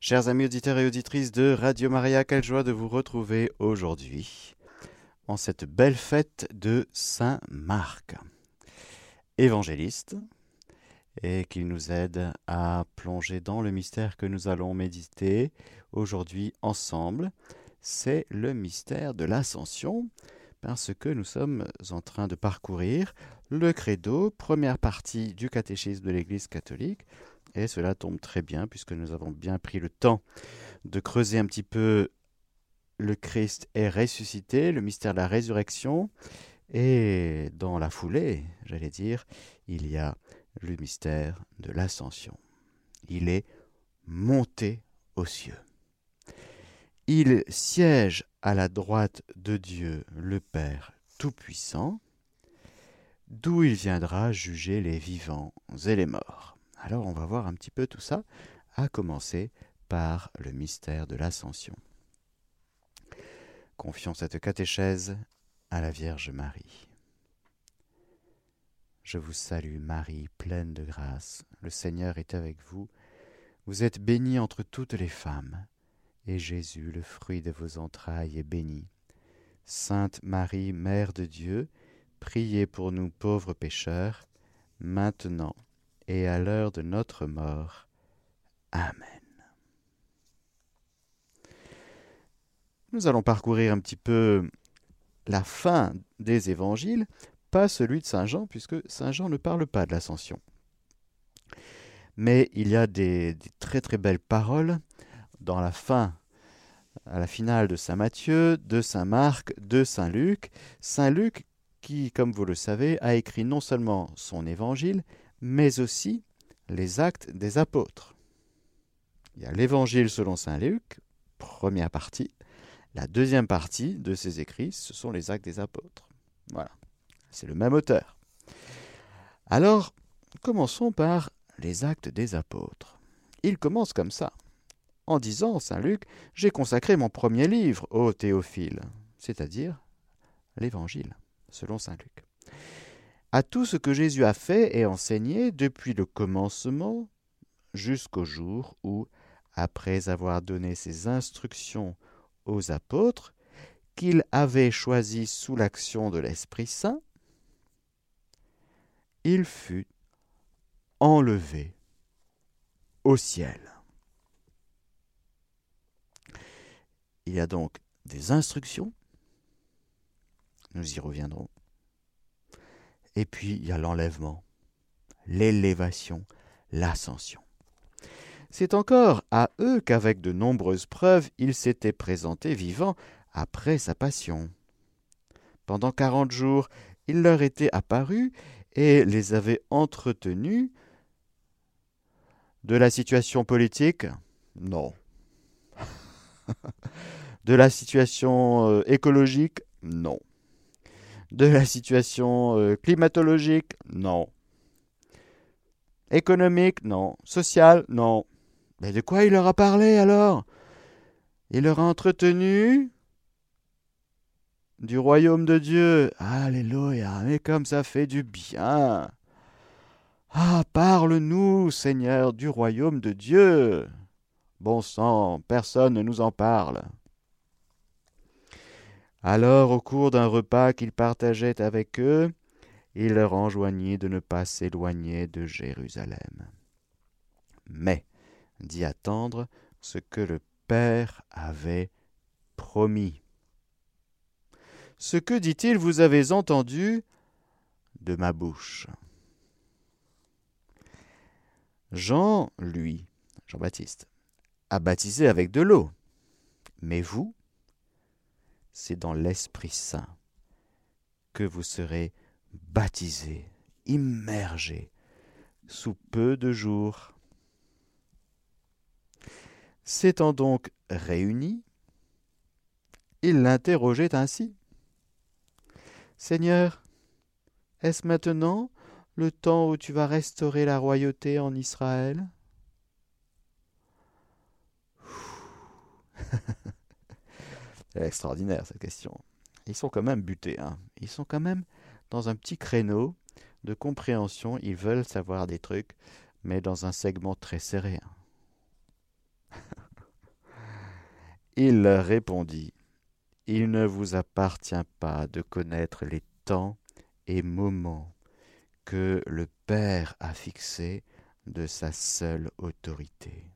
Chers amis auditeurs et auditrices de Radio Maria, quelle joie de vous retrouver aujourd'hui en cette belle fête de Saint Marc, évangéliste, et qu'il nous aide à plonger dans le mystère que nous allons méditer aujourd'hui ensemble. C'est le mystère de l'Ascension, parce que nous sommes en train de parcourir le Credo, première partie du catéchisme de l'Église catholique, et cela tombe très bien puisque nous avons bien pris le temps de creuser un petit peu le Christ est ressuscité, le mystère de la résurrection, et dans la foulée, j'allais dire, il y a le mystère de l'ascension. Il est monté aux cieux. Il siège à la droite de Dieu, le Père Tout-Puissant, d'où il viendra juger les vivants et les morts. Alors on va voir un petit peu tout ça, à commencer par le mystère de l'ascension. Confions cette catéchèse à la Vierge Marie. Je vous salue Marie, pleine de grâce, le Seigneur est avec vous. Vous êtes bénie entre toutes les femmes, et Jésus, le fruit de vos entrailles, est béni. Sainte Marie, Mère de Dieu, priez pour nous pauvres pécheurs, maintenant et à l'heure de notre mort. Amen. Nous allons parcourir un petit peu la fin des évangiles, pas celui de Saint Jean, puisque Saint Jean ne parle pas de l'ascension. Mais il y a des très très belles paroles dans la fin, à la finale de Saint Matthieu, de Saint Marc, de Saint Luc. Saint Luc qui, comme vous le savez, a écrit non seulement son évangile, mais aussi les actes des apôtres. Il y a l'évangile selon Saint Luc, première partie. La deuxième partie de ses écrits, ce sont les actes des apôtres. Voilà, c'est le même auteur. Alors, commençons par les actes des apôtres. Il commence comme ça, en disant, Saint Luc, « J'ai consacré mon premier livre, ô Théophile », c'est-à-dire l'Évangile, selon Saint Luc, à tout ce que Jésus a fait et enseigné depuis le commencement jusqu'au jour où, après avoir donné ses instructions aux apôtres, qu'il avait choisis sous l'action de l'Esprit Saint, il fut enlevé au ciel. Il y a donc des instructions, nous y reviendrons, et puis il y a l'enlèvement, l'élévation, l'ascension. C'est encore à eux qu'avec de nombreuses preuves, il s'était présenté vivant après sa passion. Pendant 40 jours, il leur était apparu et les avait entretenus. De la situation politique? Non. De la situation écologique? Non. De la situation climatologique? Non. Économique? Non. Sociale? Non. Mais de quoi il leur a parlé alors? Il leur a entretenu du royaume de Dieu. Alléluia, mais comme ça fait du bien. Ah, parle-nous, Seigneur, du royaume de Dieu. Bon sang, personne ne nous en parle. Alors, au cours d'un repas qu'il partageait avec eux, il leur enjoignit de ne pas s'éloigner de Jérusalem, mais d'y attendre ce que le Père avait promis. Ce que, dit-il, vous avez entendu de ma bouche. Jean, lui, Jean-Baptiste, a baptisé avec de l'eau, mais vous, c'est dans l'Esprit Saint que vous serez baptisés, immergés, sous peu de jours. S'étant donc réunis, il l'interrogeait ainsi. Seigneur, est-ce maintenant le temps où tu vas restaurer la royauté en Israël? C'est extraordinaire cette question. Ils sont quand même butés, hein. Ils sont quand même dans un petit créneau de compréhension. Ils veulent savoir des trucs, mais dans un segment très serré. Il leur répondit, « Il ne vous appartient pas de connaître les temps et moments que le Père a fixés de sa seule autorité.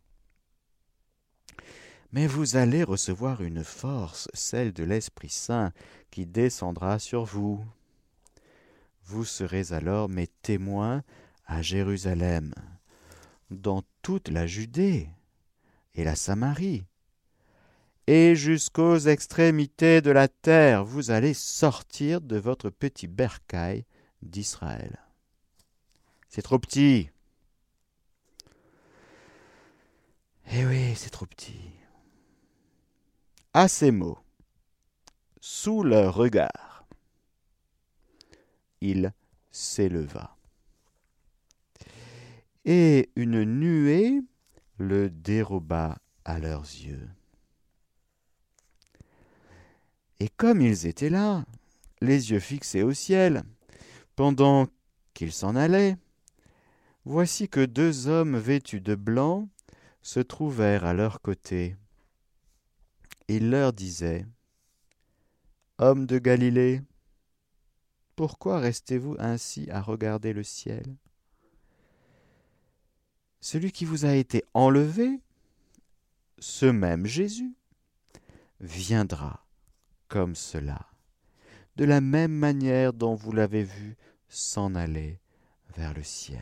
Mais vous allez recevoir une force, celle de l'Esprit Saint, qui descendra sur vous. Vous serez alors mes témoins à Jérusalem, dans toute la Judée et la Samarie, et jusqu'aux extrémités de la terre. Vous allez sortir de votre petit bercail d'Israël. » C'est trop petit. Eh oui, c'est trop petit. À ces mots, sous leur regard, il s'éleva. Et une nuée le déroba à leurs yeux. Et comme ils étaient là, les yeux fixés au ciel, pendant qu'ils s'en allaient, voici que deux hommes vêtus de blanc se trouvèrent à leur côté. Il leur disait, « Hommes de Galilée, pourquoi restez-vous ainsi à regarder le ciel? Celui qui vous a été enlevé, ce même Jésus, viendra comme cela, de la même manière dont vous l'avez vu s'en aller vers le ciel. »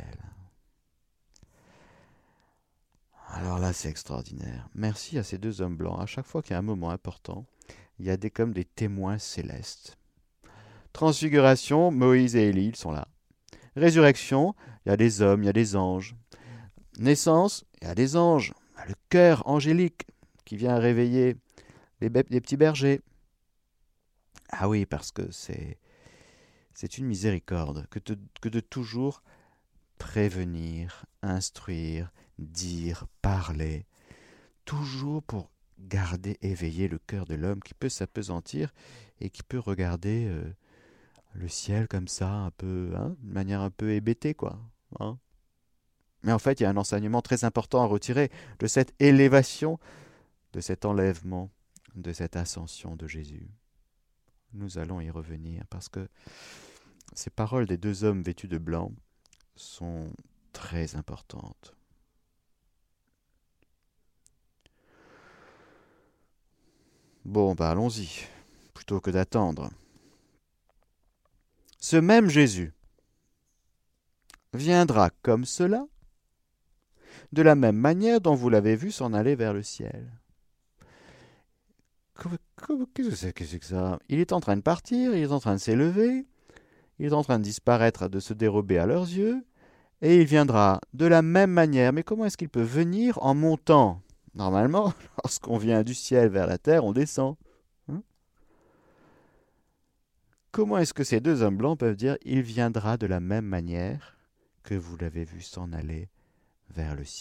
Alors là, c'est extraordinaire. Merci à ces deux hommes blancs. À chaque fois qu'il y a un moment important, il y a comme des témoins célestes. Transfiguration, Moïse et Élie, ils sont là. Résurrection, il y a des hommes, il y a des anges. Naissance, il y a des anges. Il y a le cœur angélique qui vient réveiller les petits bergers. Ah oui, parce que c'est une miséricorde que de toujours prévenir, instruire, dire, parler, toujours pour garder éveillé le cœur de l'homme qui peut s'appesantir et qui peut regarder le ciel comme ça, un peu, d'une manière un peu hébétée, quoi. Mais en fait, il y a un enseignement très important à retirer de cette élévation, de cet enlèvement, de cette ascension de Jésus. Nous allons y revenir parce que ces paroles des deux hommes vêtus de blanc sont très importantes. Bon, allons-y, plutôt que d'attendre. Ce même Jésus viendra comme cela, de la même manière dont vous l'avez vu s'en aller vers le ciel. Qu'est-ce que c'est que ça? Il est en train de partir, il est en train de s'élever, il est en train de disparaître, de se dérober à leurs yeux, et il viendra de la même manière. Mais comment est-ce qu'il peut venir en montant? Normalement, lorsqu'on vient du ciel vers la terre, on descend. Comment est-ce que ces deux hommes blancs peuvent dire « Il viendra de la même manière que vous l'avez vu s'en aller vers le ciel » ?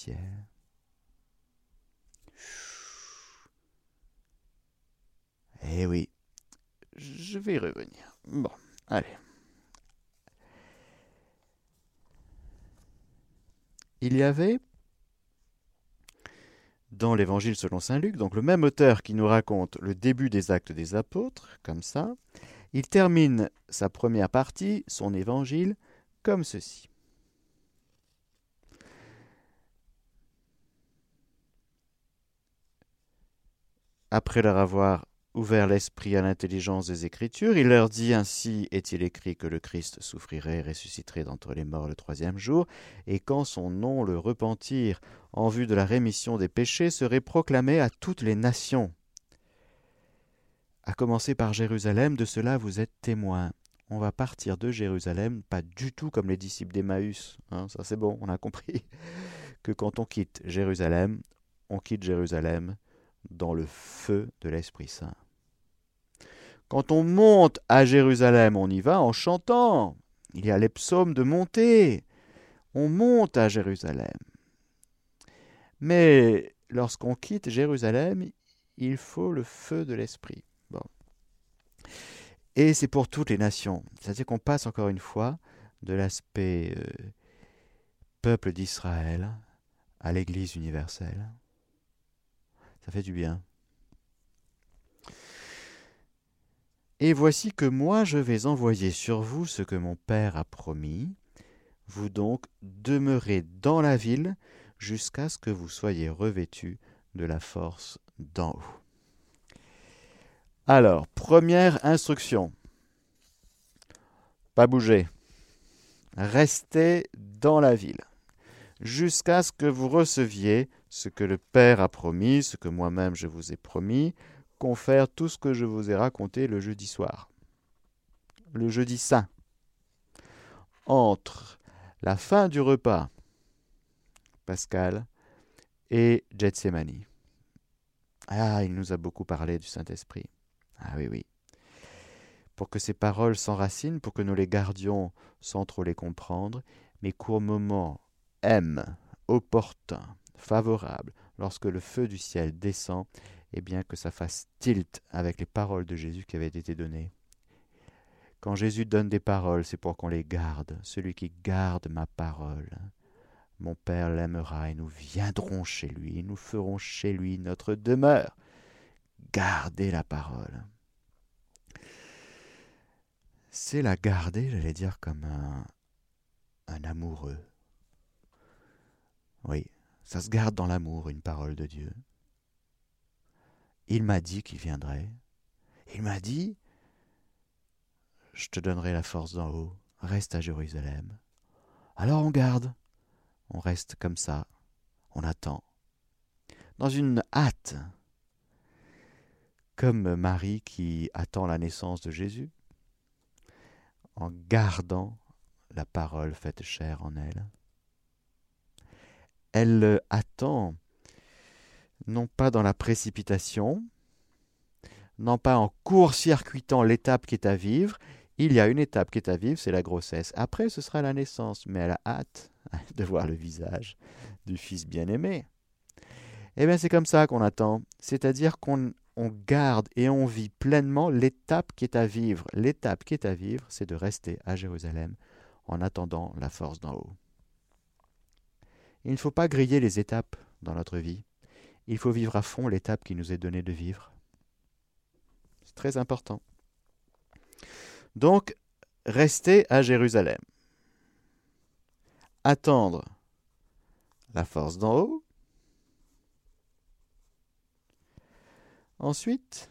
Eh oui, je vais y revenir. Bon, allez. Il y avait, dans l'Évangile selon saint Luc, donc le même auteur qui nous raconte le début des Actes des Apôtres, comme ça, il termine sa première partie, son Évangile, comme ceci. Après leur avoir ouvert l'esprit à l'intelligence des Écritures, il leur dit, « Ainsi est-il écrit que le Christ souffrirait et ressusciterait d'entre les morts le troisième jour, et qu'en son nom le repentir en vue de la rémission des péchés serait proclamé à toutes les nations. À commencer par Jérusalem, de cela vous êtes témoins. » On va partir de Jérusalem, pas du tout comme les disciples d'Emmaüs. Ça c'est bon, on a compris que quand on quitte Jérusalem dans le feu de l'Esprit Saint. Quand on monte à Jérusalem, on y va en chantant. Il y a les psaumes de montée. On monte à Jérusalem. Mais lorsqu'on quitte Jérusalem, il faut le feu de l'Esprit. Bon. Et c'est pour toutes les nations. C'est-à-dire qu'on passe encore une fois de l'aspect peuple d'Israël à l'Église universelle. Ça fait du bien. Et voici que moi je vais envoyer sur vous ce que mon Père a promis. Vous donc demeurez dans la ville jusqu'à ce que vous soyez revêtus de la force d'en haut. Alors, première instruction. Pas bouger. Restez dans la ville jusqu'à ce que vous receviez ce que le Père a promis, ce que moi-même je vous ai promis, confère tout ce que je vous ai raconté le jeudi soir. Le jeudi saint. Entre la fin du repas pascal et Gethsémani. Ah, il nous a beaucoup parlé du Saint-Esprit. Ah oui, oui. Pour que ces paroles s'enracinent, pour que nous les gardions sans trop les comprendre, mais qu'au moment opportun, favorable, lorsque le feu du ciel descend, eh bien que ça fasse tilt avec les paroles de Jésus qui avaient été données. Quand Jésus donne des paroles, c'est pour qu'on les garde. Celui qui garde ma parole, mon Père l'aimera et nous viendrons chez lui, et nous ferons chez lui notre demeure. Gardez la parole. C'est la garder, j'allais dire, comme un amoureux. Oui, ça se garde dans l'amour, une parole de Dieu. Il m'a dit qu'il viendrait. Il m'a dit, je te donnerai la force d'en haut, reste à Jérusalem. Alors on garde, on reste comme ça, on attend, dans une hâte, comme Marie qui attend la naissance de Jésus, en gardant la parole faite chair en elle. Elle attend, non pas dans la précipitation, non pas en court-circuitant l'étape qui est à vivre. Il y a une étape qui est à vivre, c'est la grossesse. Après, ce sera la naissance, mais elle a hâte de voir le visage du Fils bien-aimé. Eh bien, c'est comme ça qu'on attend, c'est-à-dire qu'on garde et on vit pleinement l'étape qui est à vivre. L'étape qui est à vivre, c'est de rester à Jérusalem en attendant la force d'en haut. Il ne faut pas griller les étapes dans notre vie. Il faut vivre à fond l'étape qui nous est donnée de vivre. C'est très important. Donc, rester à Jérusalem. Attendre la force d'en haut. Ensuite,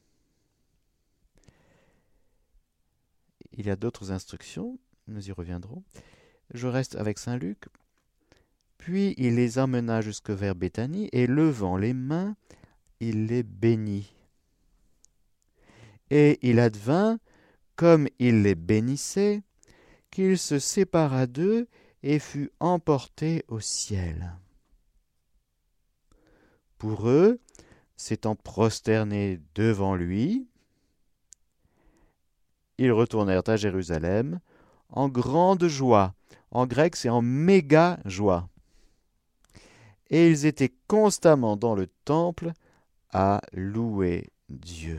il y a d'autres instructions, nous y reviendrons. Je reste avec Saint Luc. Puis il les emmena jusque vers Béthanie, et levant les mains, il les bénit. Et il advint, comme il les bénissait, qu'il se sépara d'eux et fut emporté au ciel. Pour eux, s'étant prosternés devant lui, ils retournèrent à Jérusalem en grande joie. En grec, c'est en méga joie. Et ils étaient constamment dans le temple à louer Dieu.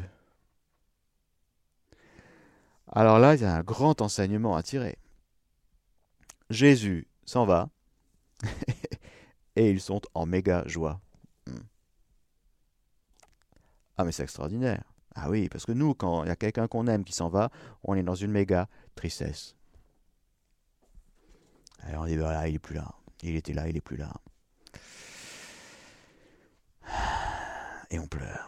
Alors là, il y a un grand enseignement à tirer. Jésus s'en va et ils sont en méga joie. Ah mais c'est extraordinaire. Ah oui, parce que nous, quand il y a quelqu'un qu'on aime qui s'en va, on est dans une méga tristesse. Et on dit, voilà, il est plus là. Il était là, il est plus là. Et on pleure.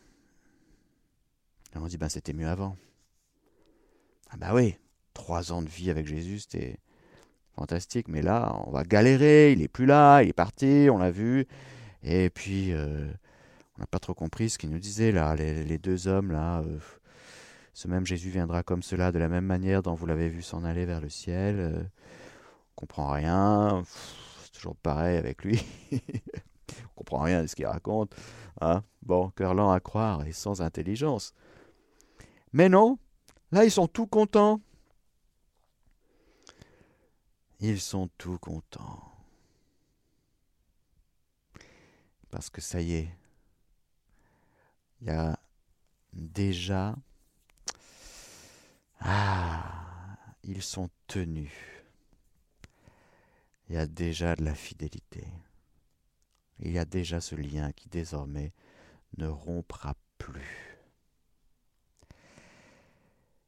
Et on dit, ben c'était mieux avant. Ah bah oui, 3 ans de vie avec Jésus, c'était fantastique. Mais là, on va galérer, il est plus là, il est parti, on l'a vu. Et puis, on n'a pas trop compris ce qu'il nous disait là, les deux hommes là. Ce même Jésus viendra comme cela, de la même manière dont vous l'avez vu s'en aller vers le ciel. On comprend rien. C'est toujours pareil avec lui. On comprend rien de ce qu'il raconte. Hein. Bon, cœur lent à croire et sans intelligence. Mais non, là ils sont tout contents. Ils sont tout contents. Parce que ça y est, il y a déjà... ils sont tenus. Il y a déjà de la fidélité. Il y a déjà ce lien qui désormais ne rompra plus.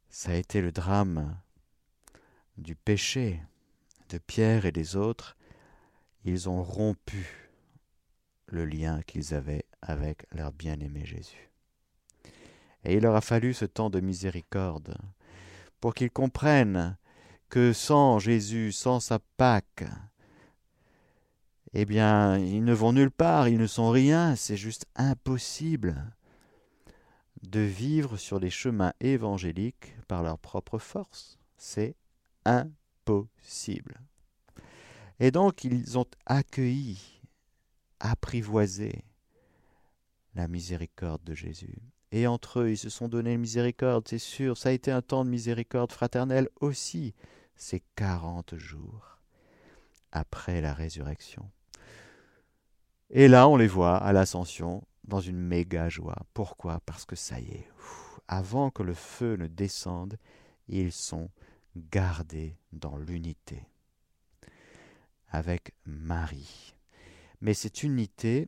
Ça a été le drame du péché de Pierre et des autres. Ils ont rompu le lien qu'ils avaient avec leur bien-aimé Jésus. Et il leur a fallu ce temps de miséricorde pour qu'ils comprennent que sans Jésus, sans sa Pâque, eh bien, ils ne vont nulle part, ils ne sont rien, c'est juste impossible de vivre sur les chemins évangéliques par leur propre force. C'est impossible. Et donc, ils ont accueilli, apprivoisé la miséricorde de Jésus. Et entre eux, ils se sont donné une miséricorde, c'est sûr. Ça a été un temps de miséricorde fraternelle aussi, ces 40 jours après la résurrection. Et là, on les voit à l'ascension dans une méga joie. Pourquoi? Parce que ça y est, avant que le feu ne descende, ils sont gardés dans l'unité avec Marie. Mais cette unité,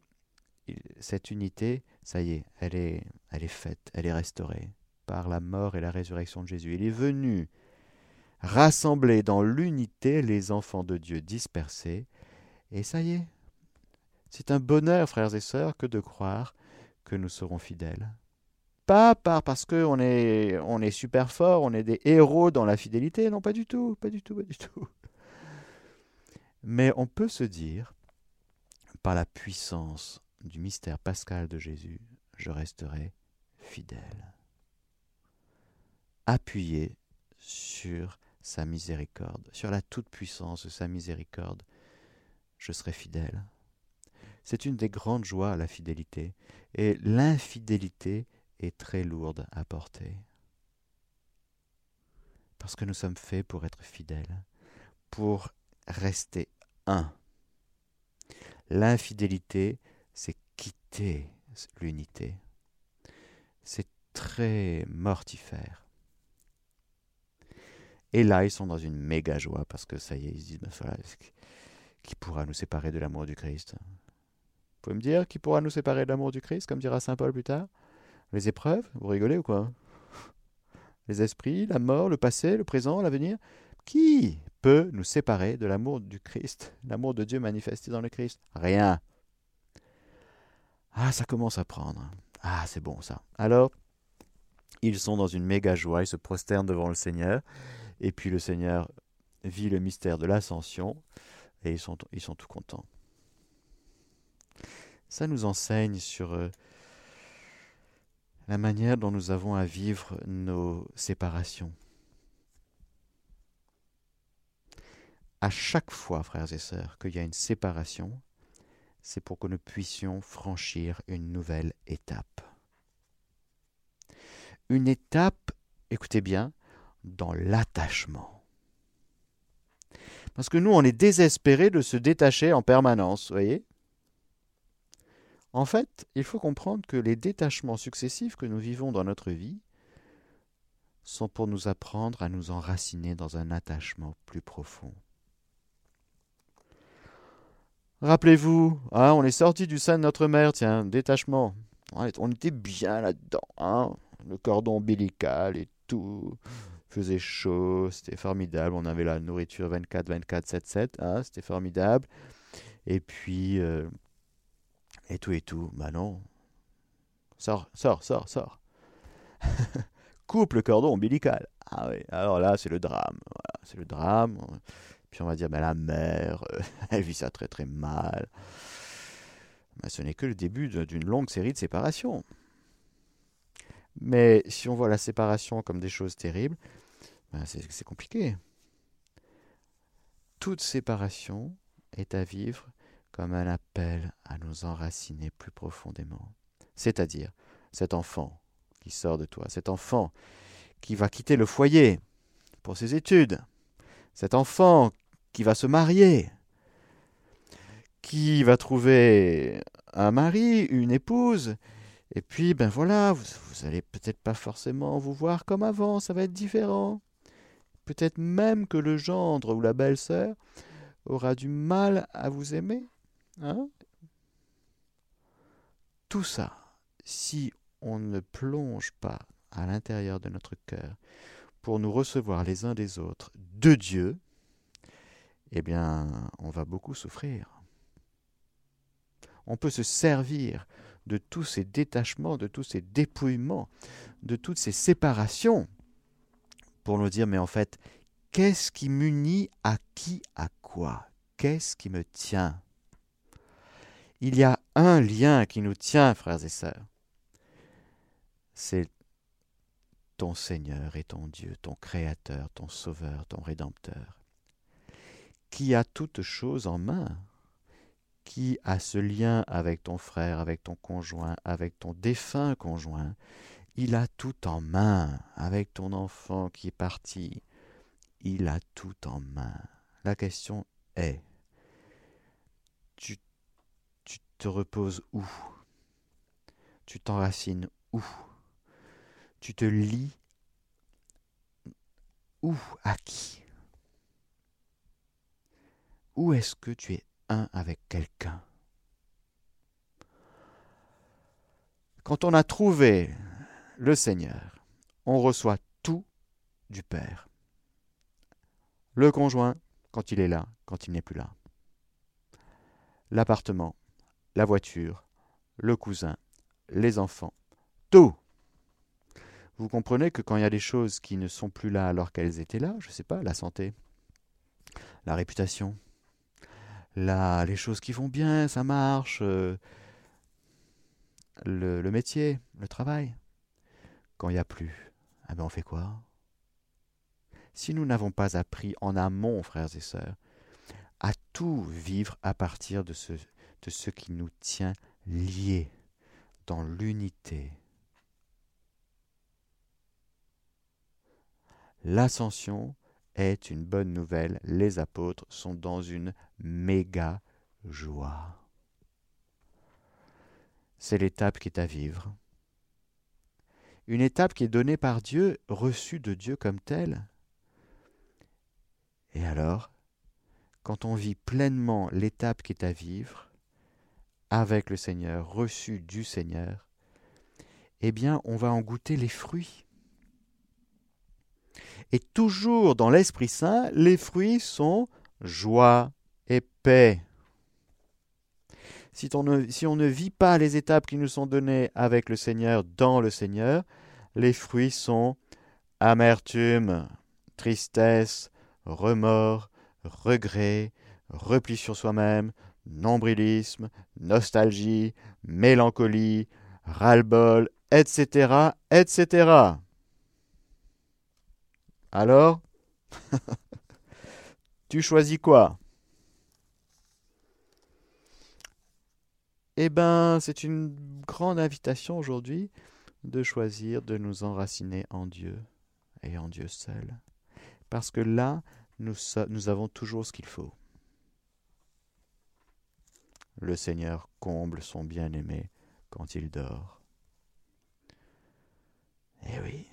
ça y est, elle est faite, elle est restaurée par la mort et la résurrection de Jésus. Il est venu rassembler dans l'unité les enfants de Dieu dispersés, et ça y est, c'est un bonheur, frères et sœurs, que de croire que nous serons fidèles. Pas parce qu'on est super fort, on est des héros dans la fidélité, non, pas du tout, pas du tout, pas du tout. Mais on peut se dire, par la puissance du mystère pascal de Jésus, je resterai fidèle. Appuyé sur sa miséricorde, sur la toute-puissance de sa miséricorde, je serai fidèle. C'est une des grandes joies, la fidélité, et l'infidélité est très lourde à porter. Parce que nous sommes faits pour être fidèles, pour rester un. L'infidélité, c'est quitter l'unité. C'est très mortifère. Et là, ils sont dans une méga joie parce que ça y est, ils se disent, voilà, qui pourra nous séparer de l'amour du Christ? Vous pouvez me dire qui pourra nous séparer de l'amour du Christ, comme dira saint Paul plus tard? Les épreuves? Vous rigolez ou quoi? Les esprits, la mort, le passé, le présent, l'avenir? Qui peut nous séparer de l'amour du Christ, l'amour de Dieu manifesté dans le Christ? Rien. Ah, ça commence à prendre. Ah, c'est bon ça. Alors, ils sont dans une méga joie, ils se prosternent devant le Seigneur, et puis le Seigneur vit le mystère de l'ascension, et ils sont tout contents. Ça nous enseigne sur la manière dont nous avons à vivre nos séparations. À chaque fois, frères et sœurs, qu'il y a une séparation, c'est pour que nous puissions franchir une nouvelle étape. Une étape, écoutez bien, dans l'attachement. Parce que nous, on est désespérés de se détacher en permanence, vous voyez? En fait, il faut comprendre que les détachements successifs que nous vivons dans notre vie sont pour nous apprendre à nous enraciner dans un attachement plus profond. Rappelez-vous, hein, on est sorti du sein de notre mère, tiens, détachement. On était bien là-dedans, hein, le cordon ombilical et tout. Faisait chaud, c'était formidable. On avait la nourriture 24, 24, 7, 7, hein, c'était formidable. Et puis, et tout. Bah non. Sors. Coupe le cordon ombilical. Ah oui, alors là, c'est le drame. Voilà, c'est le drame. Puis on va dire, ben la mère, elle vit ça très très mal. Ben, ce n'est que le début d'une longue série de séparations. Mais si on voit la séparation comme des choses terribles, ben c'est compliqué. Toute séparation est à vivre comme un appel à nous enraciner plus profondément. C'est-à-dire, cet enfant qui sort de toi, cet enfant qui va quitter le foyer pour ses études, cet enfant qui va se marier, qui va trouver un mari, une épouse, et puis, ben voilà, vous allez peut-être pas forcément vous voir comme avant, ça va être différent. Peut-être même que le gendre ou la belle-sœur aura du mal à vous aimer. Hein? Tout ça, si on ne plonge pas à l'intérieur de notre cœur pour nous recevoir les uns des autres de Dieu, eh bien, on va beaucoup souffrir. On peut se servir de tous ces détachements, de tous ces dépouillements, de toutes ces séparations pour nous dire, mais en fait, qu'est-ce qui m'unit à qui, à quoi? Qu'est-ce qui me tient? Il y a un lien qui nous tient, frères et sœurs. C'est ton Seigneur et ton Dieu, ton Créateur, ton Sauveur, ton Rédempteur, qui a toutes choses en main, qui a ce lien avec ton frère, avec ton conjoint, avec ton défunt conjoint. Il a tout en main, avec ton enfant qui est parti. Il a tout en main. La question est, tu te reposes où? Tu t'enracines où? Tu te lies où? À qui? Où est-ce que tu es un avec quelqu'un? Quand on a trouvé le Seigneur, on reçoit tout du Père. Le conjoint, quand il est là, quand il n'est plus là. L'appartement, la voiture, le cousin, les enfants, tout. Vous comprenez que quand il y a des choses qui ne sont plus là alors qu'elles étaient là, je ne sais pas, la santé, la réputation, les choses qui vont bien, ça marche, le métier, le travail, quand il n'y a plus, eh ben on fait quoi? Si nous n'avons pas appris en amont, frères et sœurs, à tout vivre à partir de ce qui nous tient liés dans l'unité, l'ascension est une bonne nouvelle. Les apôtres sont dans une méga joie. C'est l'étape qui est à vivre. Une étape qui est donnée par Dieu, reçue de Dieu comme telle. Et alors, quand on vit pleinement l'étape qui est à vivre, avec le Seigneur, reçue du Seigneur, eh bien, on va en goûter les fruits. Et toujours dans l'Esprit Saint, les fruits sont joie et paix. Si on ne vit pas les étapes qui nous sont données avec le Seigneur, dans le Seigneur, les fruits sont amertume, tristesse, remords, regret, repli sur soi-même, nombrilisme, nostalgie, mélancolie, ras-le-bol, etc., etc. Alors, tu choisis quoi? Eh bien, c'est une grande invitation aujourd'hui de choisir de nous enraciner en Dieu et en Dieu seul. Parce que là, nous avons toujours ce qu'il faut. Le Seigneur comble son bien-aimé quand il dort. Eh oui.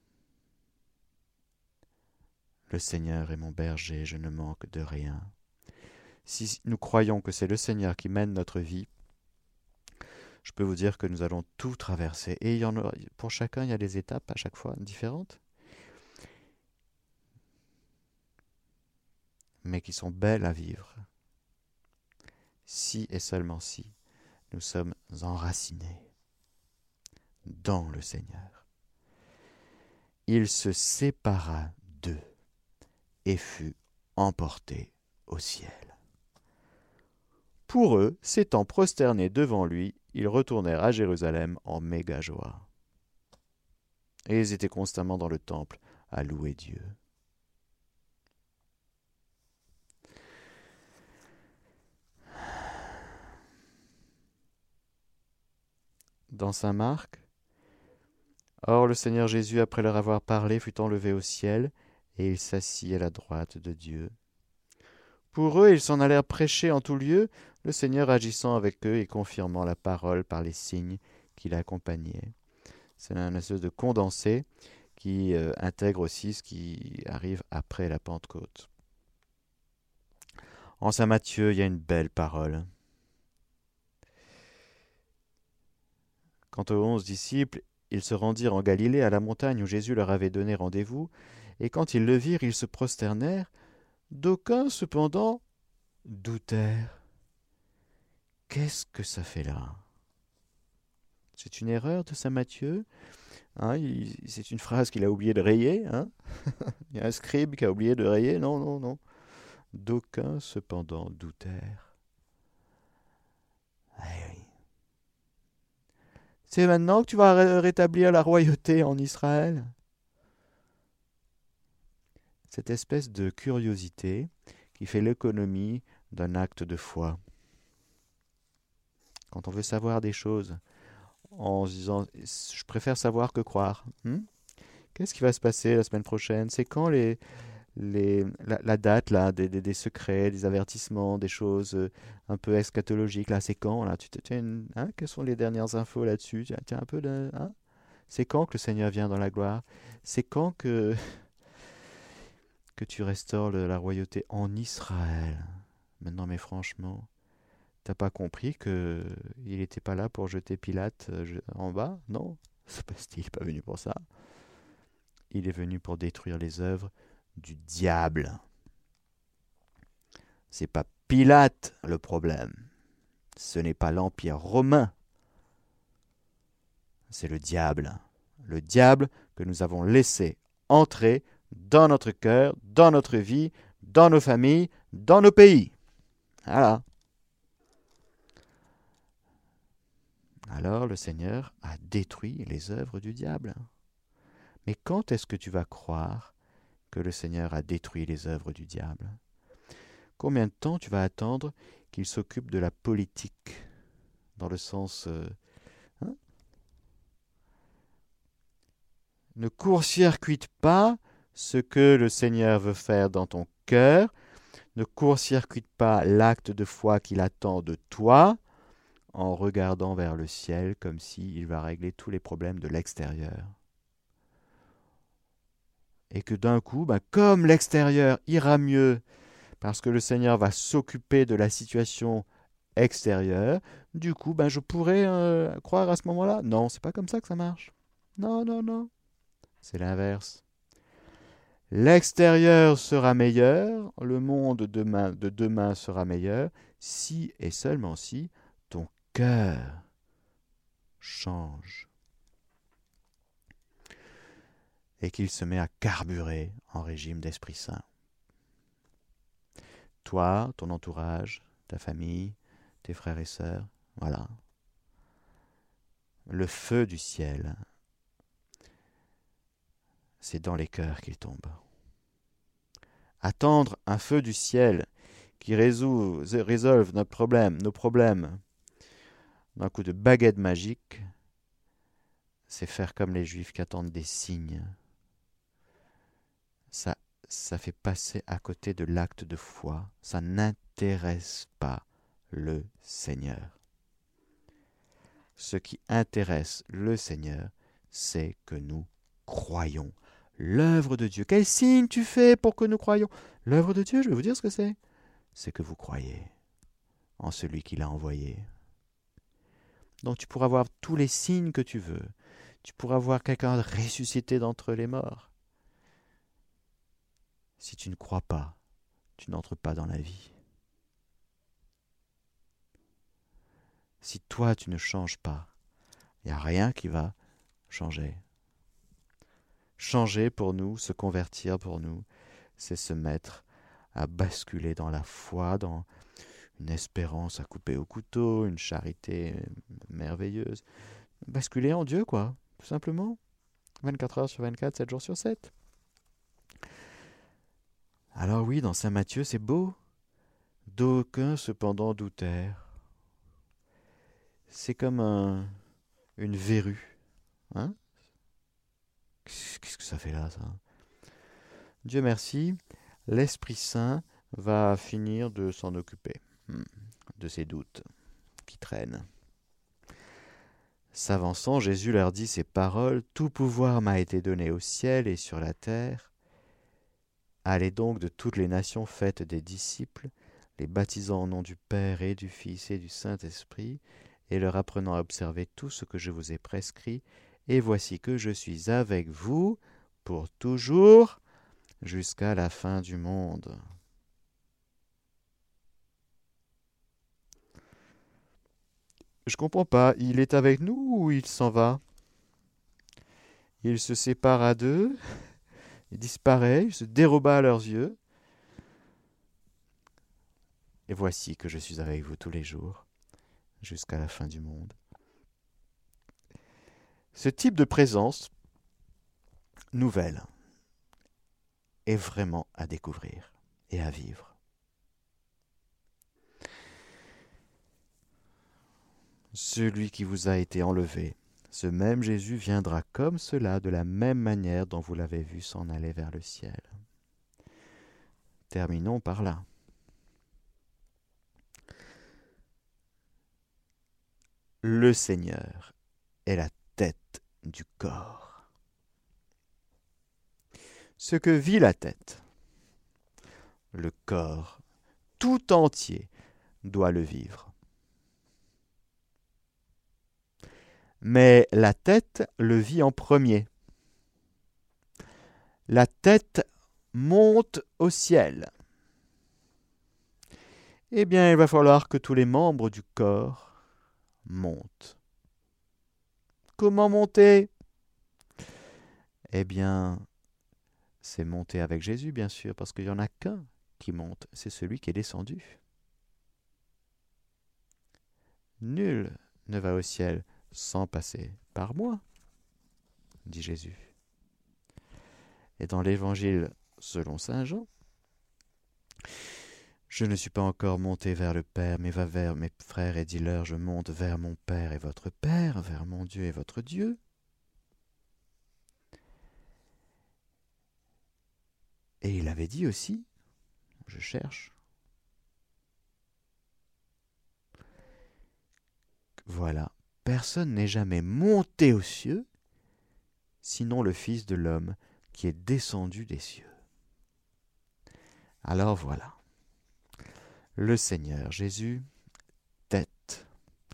Le Seigneur est mon berger, je ne manque de rien. Si nous croyons que c'est le Seigneur qui mène notre vie, je peux vous dire que nous allons tout traverser. Et pour chacun, il y a des étapes à chaque fois différentes, mais qui sont belles à vivre. Si et seulement si nous sommes enracinés dans le Seigneur. Il se sépara d'eux et fut emporté au ciel. Pour eux, s'étant prosternés devant lui, ils retournèrent à Jérusalem en méga joie. Et ils étaient constamment dans le temple à louer Dieu. Dans saint Marc, or le Seigneur Jésus, après leur avoir parlé, fut enlevé au ciel, et il s'assit à la droite de Dieu. Pour eux, ils s'en allèrent prêcher en tout lieu, le Seigneur agissant avec eux et confirmant la parole par les signes qui l'accompagnaient. C'est un espèce de condensé qui intègre aussi ce qui arrive après la Pentecôte. En saint Matthieu, il y a une belle parole. Quant aux 11 disciples, ils se rendirent en Galilée à la montagne où Jésus leur avait donné rendez-vous, Et quand ils le virent, ils se prosternèrent. D'aucuns, cependant, doutèrent. Qu'est-ce que ça fait là? C'est une erreur de saint Matthieu. Hein, c'est une phrase qu'il a oublié de rayer. Hein. Il y a un scribe qui a oublié de rayer. Non, non, non. D'aucuns, cependant, doutèrent. Eh oui. C'est maintenant que tu vas rétablir la royauté en Israël? Cette espèce de curiosité qui fait l'économie d'un acte de foi. Quand on veut savoir des choses en se disant « je préfère savoir que croire ». Qu'est-ce qui va se passer la semaine prochaine? C'est quand la date là, des secrets, des avertissements, des choses un peu eschatologiques là, c'est quand là? Quelles sont les dernières infos là-dessus? Tu as un peu de, c'est quand que le Seigneur vient dans la gloire? C'est quand que tu restaures la royauté en Israël? Maintenant, mais franchement, t'as pas compris que il n'était pas là pour jeter Pilate en bas? Non, c'est parce qu'il n'est pas venu pour ça. Il est venu pour détruire les œuvres du diable. C'est pas Pilate le problème. Ce n'est pas l'Empire romain. C'est le diable. Le diable que nous avons laissé entrer dans notre cœur, dans notre vie, dans nos familles, dans nos pays. Voilà. Alors le Seigneur a détruit les œuvres du diable. Mais quand est-ce que tu vas croire que le Seigneur a détruit les œuvres du diable? Combien de temps tu vas attendre qu'il s'occupe de la politique? Dans le sens... Ne court-circuite pas ce que le Seigneur veut faire dans ton cœur. Ne court-circuite pas l'acte de foi qu'il attend de toi en regardant vers le ciel comme s'il va régler tous les problèmes de l'extérieur. Et que d'un coup, comme l'extérieur ira mieux parce que le Seigneur va s'occuper de la situation extérieure, du coup, je pourrais croire à ce moment-là. Non, c'est pas comme ça que ça marche. Non, non, non. C'est l'inverse. L'extérieur sera meilleur, le monde de demain sera meilleur, si et seulement si ton cœur change. Et qu'il se met à carburer en régime d'Esprit Saint. Toi, ton entourage, ta famille, tes frères et sœurs, voilà. Le feu du ciel, c'est dans les cœurs qu'il tombe. Attendre un feu du ciel qui résolve nos problèmes, d'un coup de baguette magique, c'est faire comme les Juifs qui attendent des signes. Ça fait passer à côté de l'acte de foi. Ça n'intéresse pas le Seigneur. Ce qui intéresse le Seigneur, c'est que nous croyons l'œuvre de Dieu. Quel signe tu fais pour que nous croyions? L'œuvre de Dieu, je vais vous dire ce que c'est. C'est que vous croyez en celui qui l'a envoyé. Donc tu pourras voir tous les signes que tu veux. Tu pourras voir quelqu'un ressuscité d'entre les morts. Si tu ne crois pas, tu n'entres pas dans la vie. Si toi tu ne changes pas, il n'y a rien qui va changer. Changer pour nous, se convertir pour nous, c'est se mettre à basculer dans la foi, dans une espérance à couper au couteau, une charité merveilleuse. Basculer en Dieu, quoi, tout simplement. 24 heures sur 24, 7 jours sur 7. Alors oui, dans saint Matthieu, c'est beau. D'aucuns cependant doutèrent. C'est comme une verrue. Hein? Qu'est-ce que ça fait là, ça? Dieu merci, l'Esprit Saint va finir de s'en occuper, de ces doutes qui traînent. S'avançant, Jésus leur dit ces paroles, « Tout pouvoir m'a été donné au ciel et sur la terre. Allez donc de toutes les nations, faites des disciples, les baptisant au nom du Père et du Fils et du Saint-Esprit, et leur apprenant à observer tout ce que je vous ai prescrit. Et voici que je suis avec vous pour toujours, jusqu'à la fin du monde. Je comprends pas, il est avec nous ou il s'en va? Il se sépare à deux, il disparaît, il se déroba à leurs yeux. Et voici que je suis avec vous tous les jours, jusqu'à la fin du monde. Ce type de présence nouvelle est vraiment à découvrir et à vivre. Celui qui vous a été enlevé, ce même Jésus viendra comme cela, de la même manière dont vous l'avez vu s'en aller vers le ciel. Terminons par là. Le Seigneur est la tête du corps. Ce que vit la tête, le corps tout entier doit le vivre. Mais la tête le vit en premier. La tête monte au ciel. Eh bien, il va falloir que tous les membres du corps montent. Comment monter? Eh bien, c'est monter avec Jésus, bien sûr, parce qu'il n'y en a qu'un qui monte, c'est celui qui est descendu. Nul ne va au ciel sans passer par moi, dit Jésus. Et dans l'Évangile selon saint Jean, je ne suis pas encore monté vers le Père, mais va vers mes frères et dis-leur, je monte vers mon Père et votre Père, vers mon Dieu et votre Dieu. Et il avait dit aussi, je cherche, voilà, personne n'est jamais monté aux cieux, sinon le Fils de l'homme qui est descendu des cieux. Alors voilà, le Seigneur Jésus, tête,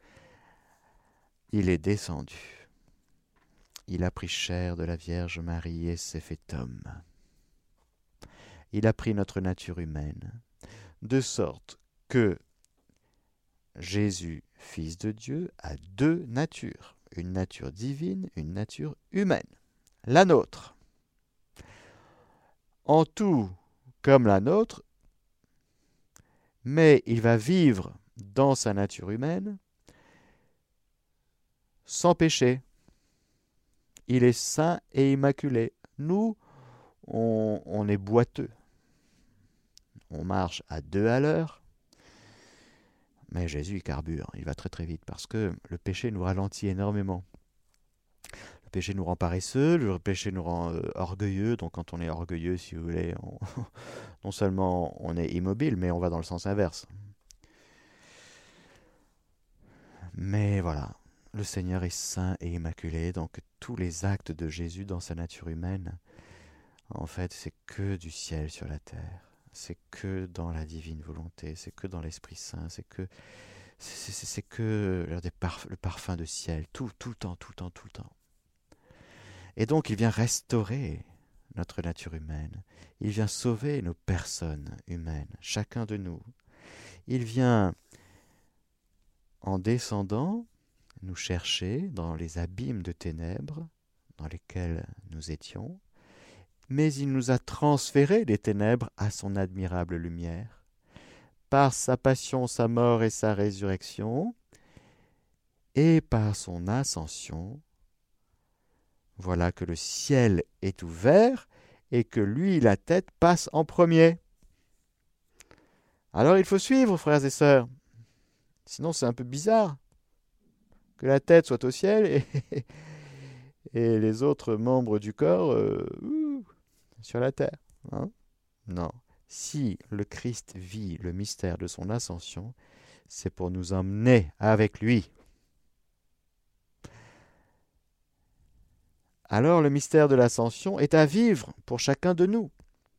il est descendu. Il a pris chair de la Vierge Marie et s'est fait homme. Il a pris notre nature humaine, de sorte que Jésus, Fils de Dieu, a deux natures, une nature divine, une nature humaine, la nôtre. En tout comme la nôtre, mais il va vivre dans sa nature humaine sans péché. Il est saint et immaculé. Nous, on est boiteux. On marche à 2 à l'heure. Mais Jésus, il carbure, il va très très vite parce que le péché nous ralentit énormément. Le péché nous rend paresseux, le péché nous rend orgueilleux. Donc quand on est orgueilleux, si vous voulez, non seulement on est immobile, mais on va dans le sens inverse. Mais voilà, le Seigneur est saint et immaculé, donc tous les actes de Jésus dans sa nature humaine, en fait, c'est que du ciel sur la terre. C'est que dans la divine volonté, c'est que dans l'Esprit Saint, c'est que le parfum de ciel, tout le temps, tout le temps, tout le temps. Et donc il vient restaurer notre nature humaine, il vient sauver nos personnes humaines, chacun de nous. Il vient, en descendant, nous chercher dans les abîmes de ténèbres dans lesquels nous étions, mais il nous a transféré des ténèbres à son admirable lumière. Par sa passion, sa mort et sa résurrection, et par son ascension, voilà que le ciel est ouvert et que lui, la tête, passe en premier. Alors il faut suivre, frères et sœurs. Sinon c'est un peu bizarre que la tête soit au ciel et les autres membres du corps sur la terre. Hein? Non. Si le Christ vit le mystère de son ascension, c'est pour nous emmener avec lui. Alors le mystère de l'ascension est à vivre pour chacun de nous.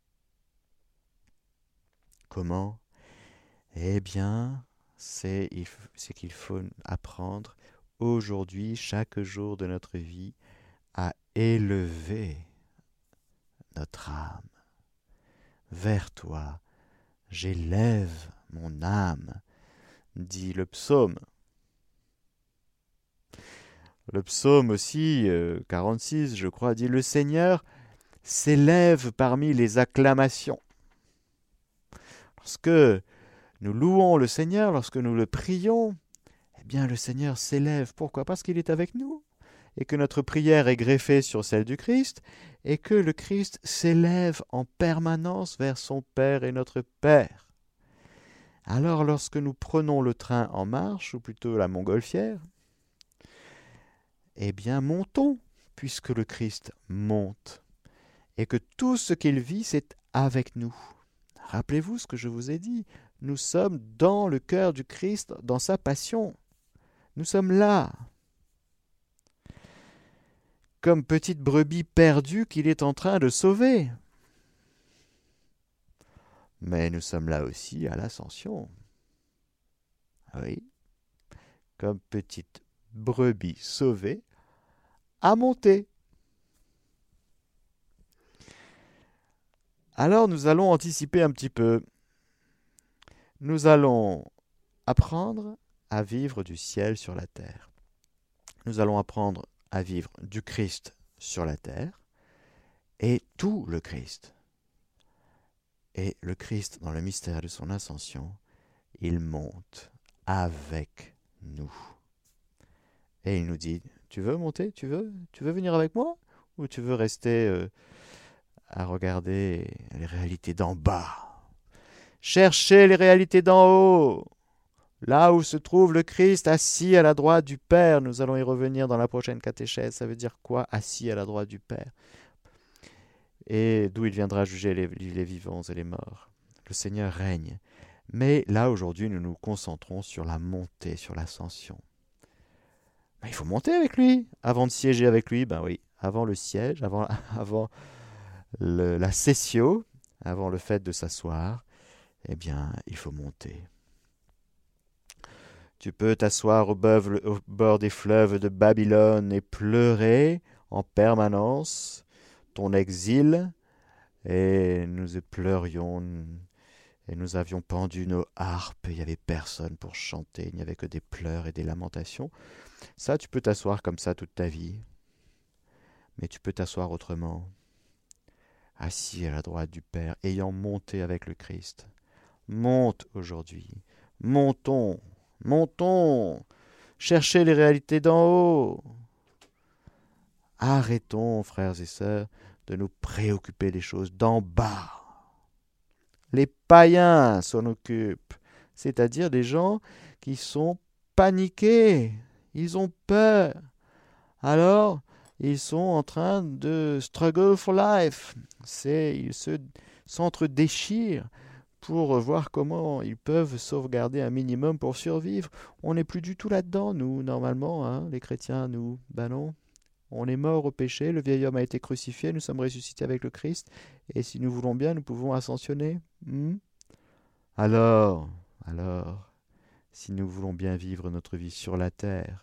Comment? Eh bien, c'est qu'il faut apprendre aujourd'hui, chaque jour de notre vie, à élever notre âme, vers toi j'élève mon âme, dit le psaume. Le psaume aussi, 46, je crois, dit « Le Seigneur s'élève parmi les acclamations ». Lorsque nous louons le Seigneur, lorsque nous le prions, eh bien le Seigneur s'élève. Pourquoi ? Parce qu'il est avec nous, et que notre prière est greffée sur celle du Christ, et que le Christ s'élève en permanence vers son Père et notre Père. Alors lorsque nous prenons le train en marche, ou plutôt la montgolfière, eh bien montons, puisque le Christ monte, et que tout ce qu'il vit, c'est avec nous. Rappelez-vous ce que je vous ai dit, nous sommes dans le cœur du Christ, dans sa passion. Nous sommes là, comme petite brebis perdue qu'il est en train de sauver. Mais nous sommes là aussi à l'ascension. Oui, comme petite brebis sauvée à monter. Alors nous allons anticiper un petit peu. Nous allons apprendre à vivre du ciel sur la terre. Nous allons apprendre à vivre du Christ sur la terre et tout le Christ. Et le Christ, dans le mystère de son ascension, il monte avec nous. Et il nous dit, tu veux monter ? Tu veux venir avec moi ? Ou tu veux rester à regarder les réalités d'en bas ? Cherchez les réalités d'en haut, là où se trouve le Christ assis à la droite du Père. Nous allons y revenir dans la prochaine catéchèse. Ça veut dire quoi, assis à la droite du Père ? Et d'où il viendra juger les vivants et les morts. Le Seigneur règne. Mais là, aujourd'hui, nous nous concentrons sur la montée, sur l'ascension. Ben, il faut monter avec lui. Avant de siéger avec lui, ben oui, avant le siège, avant la sessio, avant le fait de s'asseoir, eh bien, il faut monter. Tu peux t'asseoir au bord des fleuves de Babylone et pleurer en permanence ton exil, et nous pleurions, et nous avions pendu nos harpes, il n'y avait personne pour chanter, il n'y avait que des pleurs et des lamentations. Ça, tu peux t'asseoir comme ça toute ta vie, mais tu peux t'asseoir autrement, assis à la droite du Père, ayant monté avec le Christ. Monte aujourd'hui, montons, montons, cherchez les réalités d'en haut. Arrêtons, frères et sœurs, de nous préoccuper des choses d'en bas. Les païens s'en occupent, c'est-à-dire des gens qui sont paniqués, ils ont peur. Alors, ils sont en train de struggle for life. Ils s'entre-déchirent pour voir comment ils peuvent sauvegarder un minimum pour survivre. On n'est plus du tout là-dedans, nous, normalement, hein, les chrétiens, nous. Ben non. On est mort au péché, le vieil homme a été crucifié, nous sommes ressuscités avec le Christ, et si nous voulons bien, nous pouvons ascensionner. Alors, si nous voulons bien vivre notre vie sur la terre,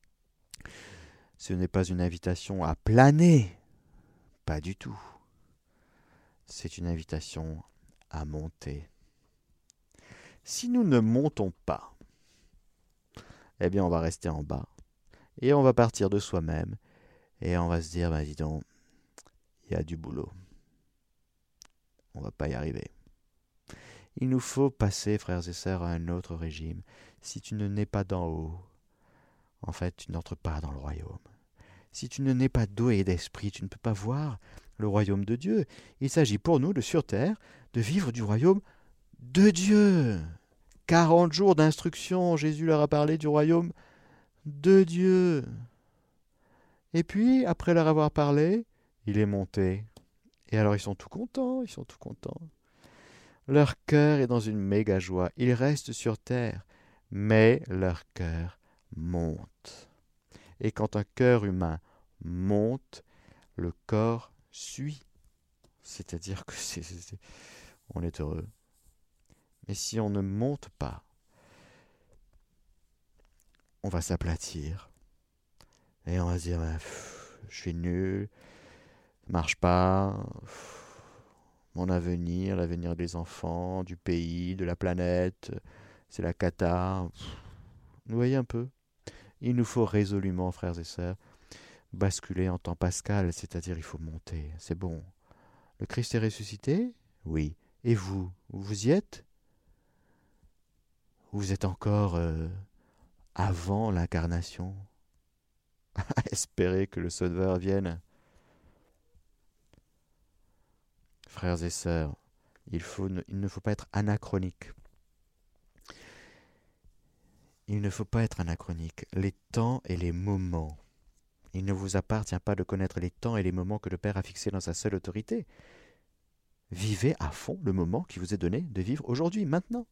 ce n'est pas une invitation à planer, pas du tout. C'est une invitation à monter. Si nous ne montons pas, eh bien on va rester en bas, et on va partir de soi-même, et on va se dire, dis donc, il y a du boulot. On ne va pas y arriver. Il nous faut passer, frères et sœurs, à un autre régime. Si tu ne nais pas d'en haut, en fait, tu n'entres pas dans le royaume. Si tu ne nais pas d'eau et d'esprit, tu ne peux pas voir le royaume de Dieu. Il s'agit pour nous, sur terre, de vivre du royaume de Dieu. 40 jours d'instruction, Jésus leur a parlé du royaume de Dieu. Et puis, après leur avoir parlé, il est monté. Et alors, ils sont tout contents. Leur cœur est dans une méga joie. Ils restent sur terre, mais leur cœur monte. Et quand un cœur humain monte, le corps suit. C'est-à-dire que on est heureux. Mais si on ne monte pas, on va s'aplatir. Et on va se dire, je suis nul, ça marche pas, mon avenir, l'avenir des enfants, du pays, de la planète, c'est la cata. Vous voyez un peu? Il nous faut résolument, frères et sœurs, basculer en temps pascal, c'est-à-dire il faut monter, c'est bon. Le Christ est ressuscité? Oui. Et vous y êtes? Vous êtes encore avant l'incarnation? Espérez que le Sauveur vienne. Frères et sœurs, il ne faut pas être anachronique. Il ne faut pas être anachronique. Les temps et les moments. Il ne vous appartient pas de connaître les temps et les moments que le Père a fixés dans sa seule autorité. Vivez à fond le moment qui vous est donné de vivre aujourd'hui, maintenant.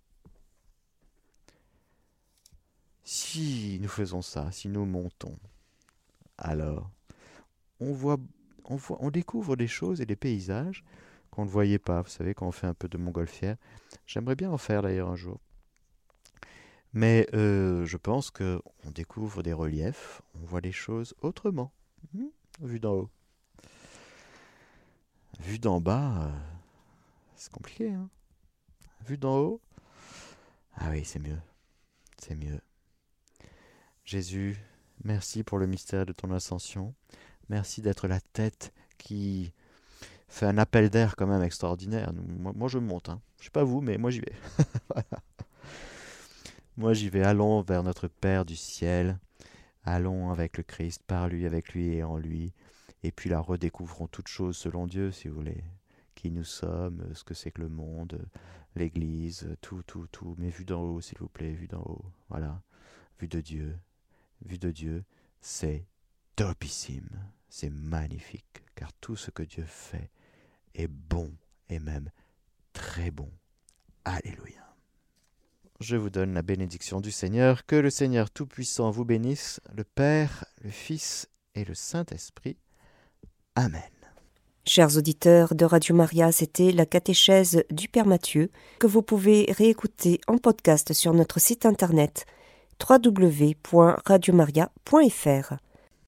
Si nous faisons ça, si nous montons, alors on découvre des choses et des paysages qu'on ne voyait pas. Vous savez, quand on fait un peu de montgolfière, j'aimerais bien en faire d'ailleurs un jour. Mais je pense qu'on découvre des reliefs, on voit les choses autrement, vu d'en haut. Vu d'en bas, c'est compliqué, hein. Vu d'en haut, ah oui, c'est mieux, c'est mieux. Jésus, merci pour le mystère de ton ascension. Merci d'être la tête qui fait un appel d'air quand même extraordinaire. Moi je monte, hein. Je sais pas vous, mais moi j'y vais. Voilà. Moi j'y vais. Allons vers notre Père du ciel. Allons avec le Christ, par lui, avec lui et en lui. Et puis là, redécouvrons toutes choses selon Dieu, si vous voulez. Qui nous sommes, ce que c'est que le monde, l'Église, tout. Mais vu d'en haut, s'il vous plaît, vu d'en haut. Voilà. Vue de Dieu. Vue de Dieu, c'est topissime. C'est magnifique. Car tout ce que Dieu fait est bon et même très bon. Alléluia. Je vous donne la bénédiction du Seigneur. Que le Seigneur Tout-Puissant vous bénisse, le Père, le Fils et le Saint-Esprit. Amen. Chers auditeurs de Radio Maria, c'était la catéchèse du Père Mathieu que vous pouvez réécouter en podcast sur notre site internet www.radiomaria.fr.